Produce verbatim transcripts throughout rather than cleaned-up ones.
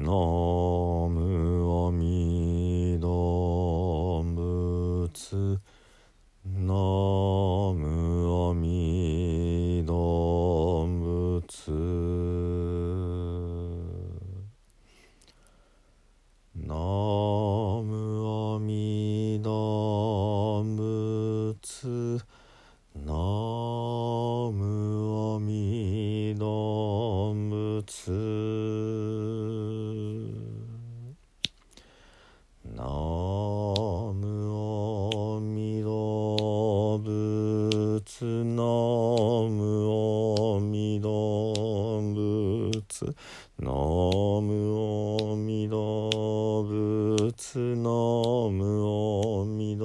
ムアミダ仏ナムアミダ仏ナムアミダ仏ナムアミダ仏ナムアミダ仏ナムアミダ仏ナムアミダ仏ナムアミダ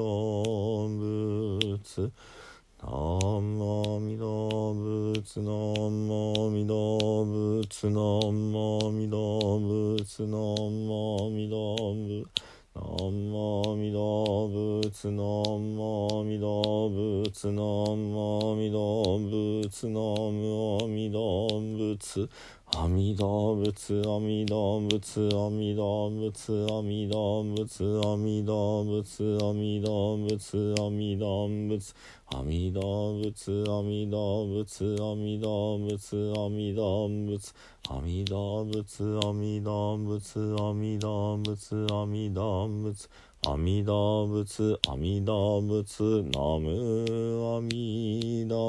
仏ナムアミダ仏ナムアミダ仏ナムアミダ仏ナムアミダ仏ナムアミダ仏ナムアミダ仏ナムアミダ仏ナムアミダ仏阿弥陀仏阿弥陀仏阿弥陀仏阿弥陀仏阿弥陀仏阿弥陀仏阿弥陀仏阿弥陀仏阿弥陀仏阿弥陀仏阿弥陀仏阿弥陀仏阿弥陀仏阿弥陀仏阿弥陀仏阿弥陀仏阿弥陀仏ナムアミダ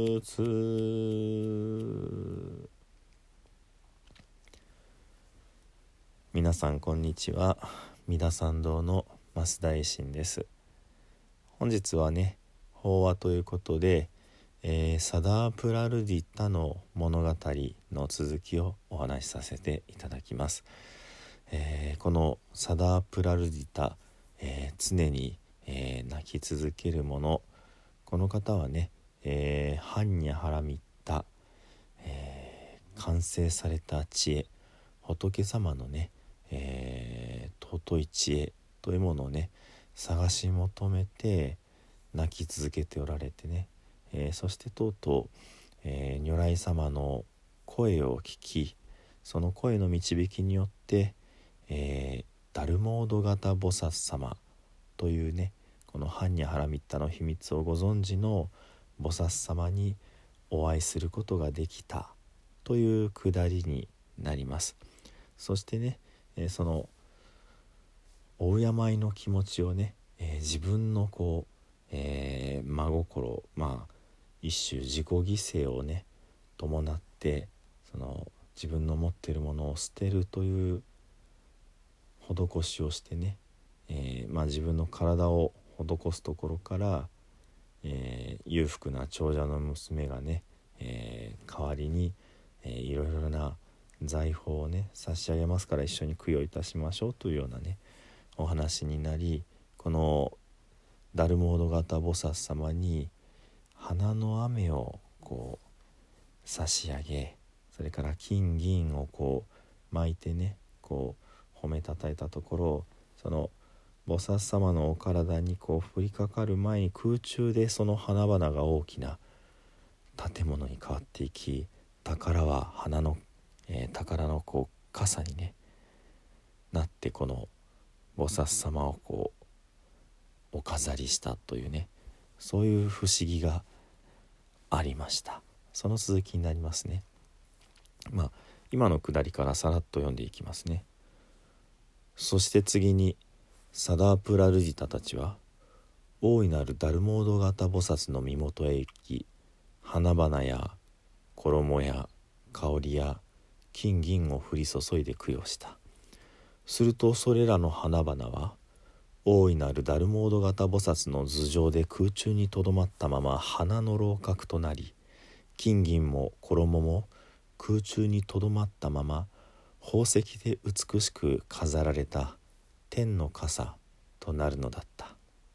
仏。皆さんこんにちは。三田参道の増田衛進です。本日はね、法話ということで、えー、サダープラルディッタの物語の続きをお話しさせていただきます。えー、このサダープラルディタ、えー、常に、えー、泣き続けるもの、この方はね、えー、ハンニャハラミッタ、えー、完成された知恵、仏様のね、えー、尊い知恵というものをね探し求めて泣き続けておられてね、えー、そしてとうとう、えー、如来様の声を聞き、その声の導きによって、えー、ダルモード型菩薩様というね、このハンニャハラミッタの秘密をご存知の菩薩様にお会いすることができたというくだりになります。そしてね、えー、そのお敬いの気持ちをね、えー、自分のこう、えー、真心、まあ一種自己犠牲をね伴って、その自分の持っているものを捨てるという施しをしてね、えーまあ、自分の体を施すところから、えー、裕福な長者の娘がね、えー、代わりに、えー、いろいろな財宝をね差し上げますから一緒に供養いたしましょうというようなねお話になり、このダルモード型菩薩様に花の雨をこう差し上げ、それから金銀をこう巻いてねこう褒めたたえたところ、その菩薩様のお体にこう降りかかる前に空中でその花々が大きな建物に変わっていき、宝は花のえー、宝のこう傘にねなって、この菩薩様をこうお飾りしたというね、そういう不思議がありました。その続きになりますね。まあ今のくだりからさらっと読んでいきますね。そして次にサダープラルディタたちは大いなるダルモード型菩薩の身元へ行き、花々や衣や香りや金銀を降り注いで供養した。するとそれらの花々は大いなるダルモード型菩薩の頭上で空中にとどまったまま花の楼閣となり、金銀も衣も空中にとどまったまま宝石で美しく飾られた天の傘となるのだった。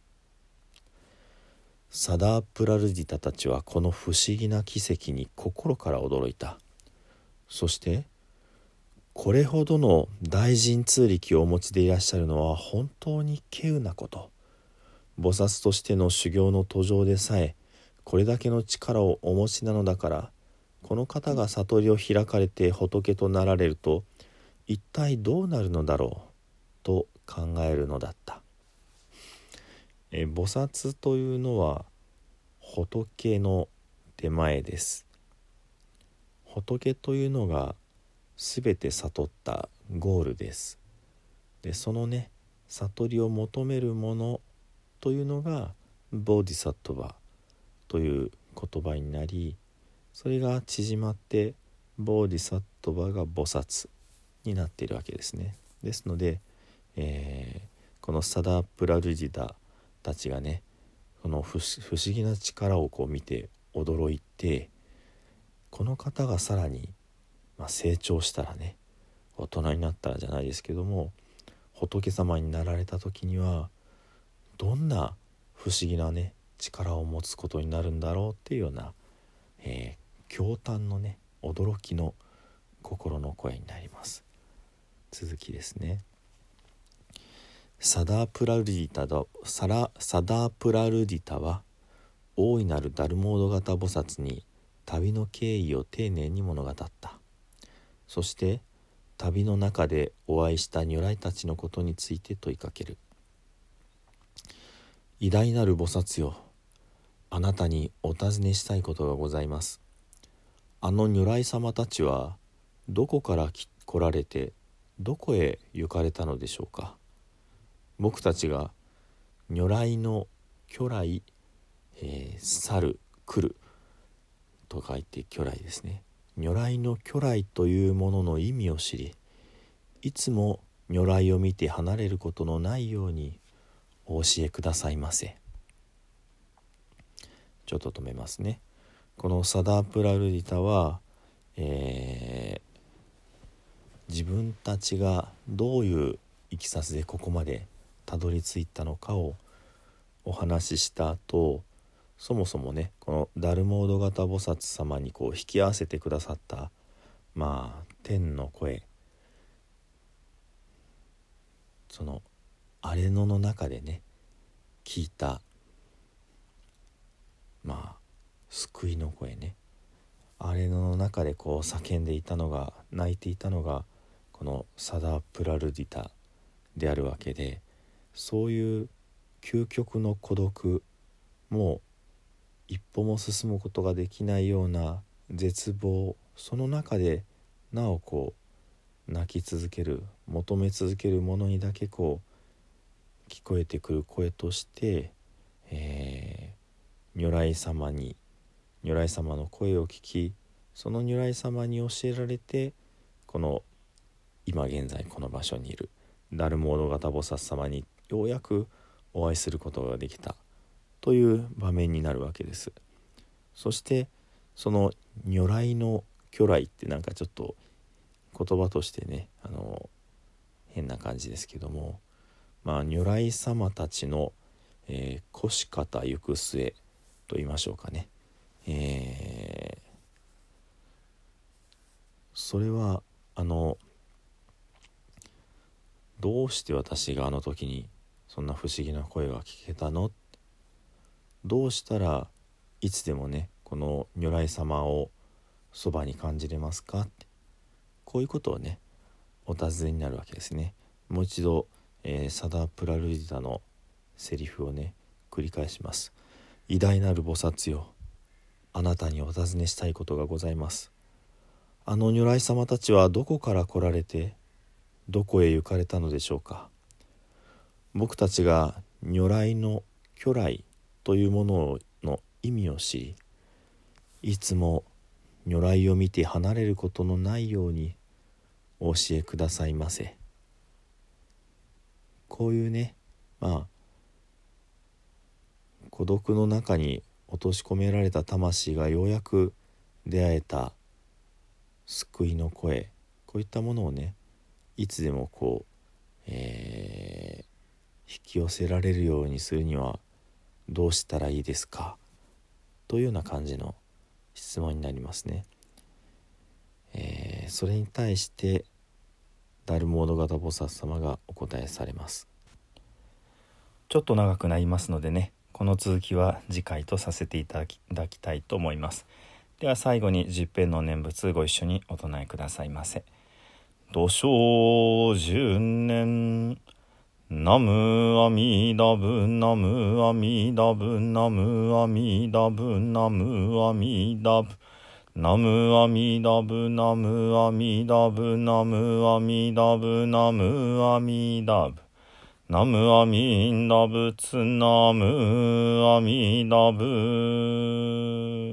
サダープラルディタたちはこの不思議な奇跡に心から驚いた。そしてこれほどの大神通力をお持ちでいらっしゃるのは本当に稀有なこと。菩薩としての修行の途上でさえこれだけの力をお持ちなのだから、この方が悟りを開かれて仏となられると、 一体どうなるのだろうと考えるのだった。え菩薩というのは仏の出前です。仏というのがすべて悟ったゴールです。でそのね悟りを求めるものというのがボディサットバという言葉になり、それが縮まってボディサットバが菩薩になっているわけですね。ですので、えー、このサダプラルジダたちがねこの不思議な力をこう見て驚いて、この方がさらに、まあ、成長したらね大人になったらじゃないですけども仏様になられた時にはどんな不思議なね力を持つことになるんだろうっていうような、えー、驚嘆のね驚きの心の声になります。続きですね。サダープラルディタだサラサダープラルディタは大いなるダルモード型菩薩に旅の経緯を丁寧に物語った。そして旅の中でお会いした如来たちのことについて問いかける。偉大なる菩薩よ、あなたにお尋ねしたいことがございます。あの如来様たちはどこから来られてどこへ行かれたのでしょうか。僕たちが如来の去来、えー、去る来ると書いて去来ですね。如来の去来というものの意味を知り、いつも如来を見て離れることのないようにお教えくださいませ。ちょっと止めますね。このサダープラルディタは、えー、自分たちがどういういきさつでここまでたどり着いたのかをお話しした後、そもそもねこのダルモード型菩薩様にこう引き合わせてくださったまあ天の声、そのアレノの中でね聞いたまあ救いの声ね、アレノの中でこう叫んでいたのが泣いていたのがこのサダープラルディタであるわけで、そういう究極の孤独、もう一歩も進むことができないような絶望、その中でなおこう泣き続ける求め続けるものにだけこう聞こえてくる声として、えー、如来様に如来様の声を聞き、その如来様に教えられてこの今現在この場所にいるダルモード型菩薩様にようやくお会いすることができたという場面になるわけです。そしてその如来の去来ってなんかちょっと言葉としてねあの変な感じですけども、まあ如来様たちの、えー、腰方行く末と言いましょうかね、えー、それはあのどうして私があの時にそんな不思議な声が聞けたの、どうしたらいつでもねこの如来様をそばに感じれますかって、こういうことをねお尋ねになるわけですね。もう一度、えー、サダープラルディタのセリフをね繰り返します。偉大なる菩薩よ、あなたにお尋ねしたいことがございます。あの如来様たちはどこから来られてどこへ行かれたのでしょうか。僕たちが如来の去来というものの意味を知り、いつも如来を見て離れることのないようにお教えくださいませ。こういうねまあ孤独の中に落とし込められた魂がようやく出会えた救いの声、こういったものをねいつでもこう、えー、引き寄せられるようにするにはどうしたらいいですかというような感じの質問になりますね。えー、それに対してダルモード型菩薩様がお答えされます。ちょっと長くなりますのでね、この続きは次回とさせていただき、いただきたいと思います。では最後に十遍の念仏ご一緒にお唱えくださいませ。 土生十年。ナムアミダブナムアミダブナムアミダブナムアミダブナムアミダブナムアミダブナムアミダブナムアミダブナムアミダブツナムアミダブ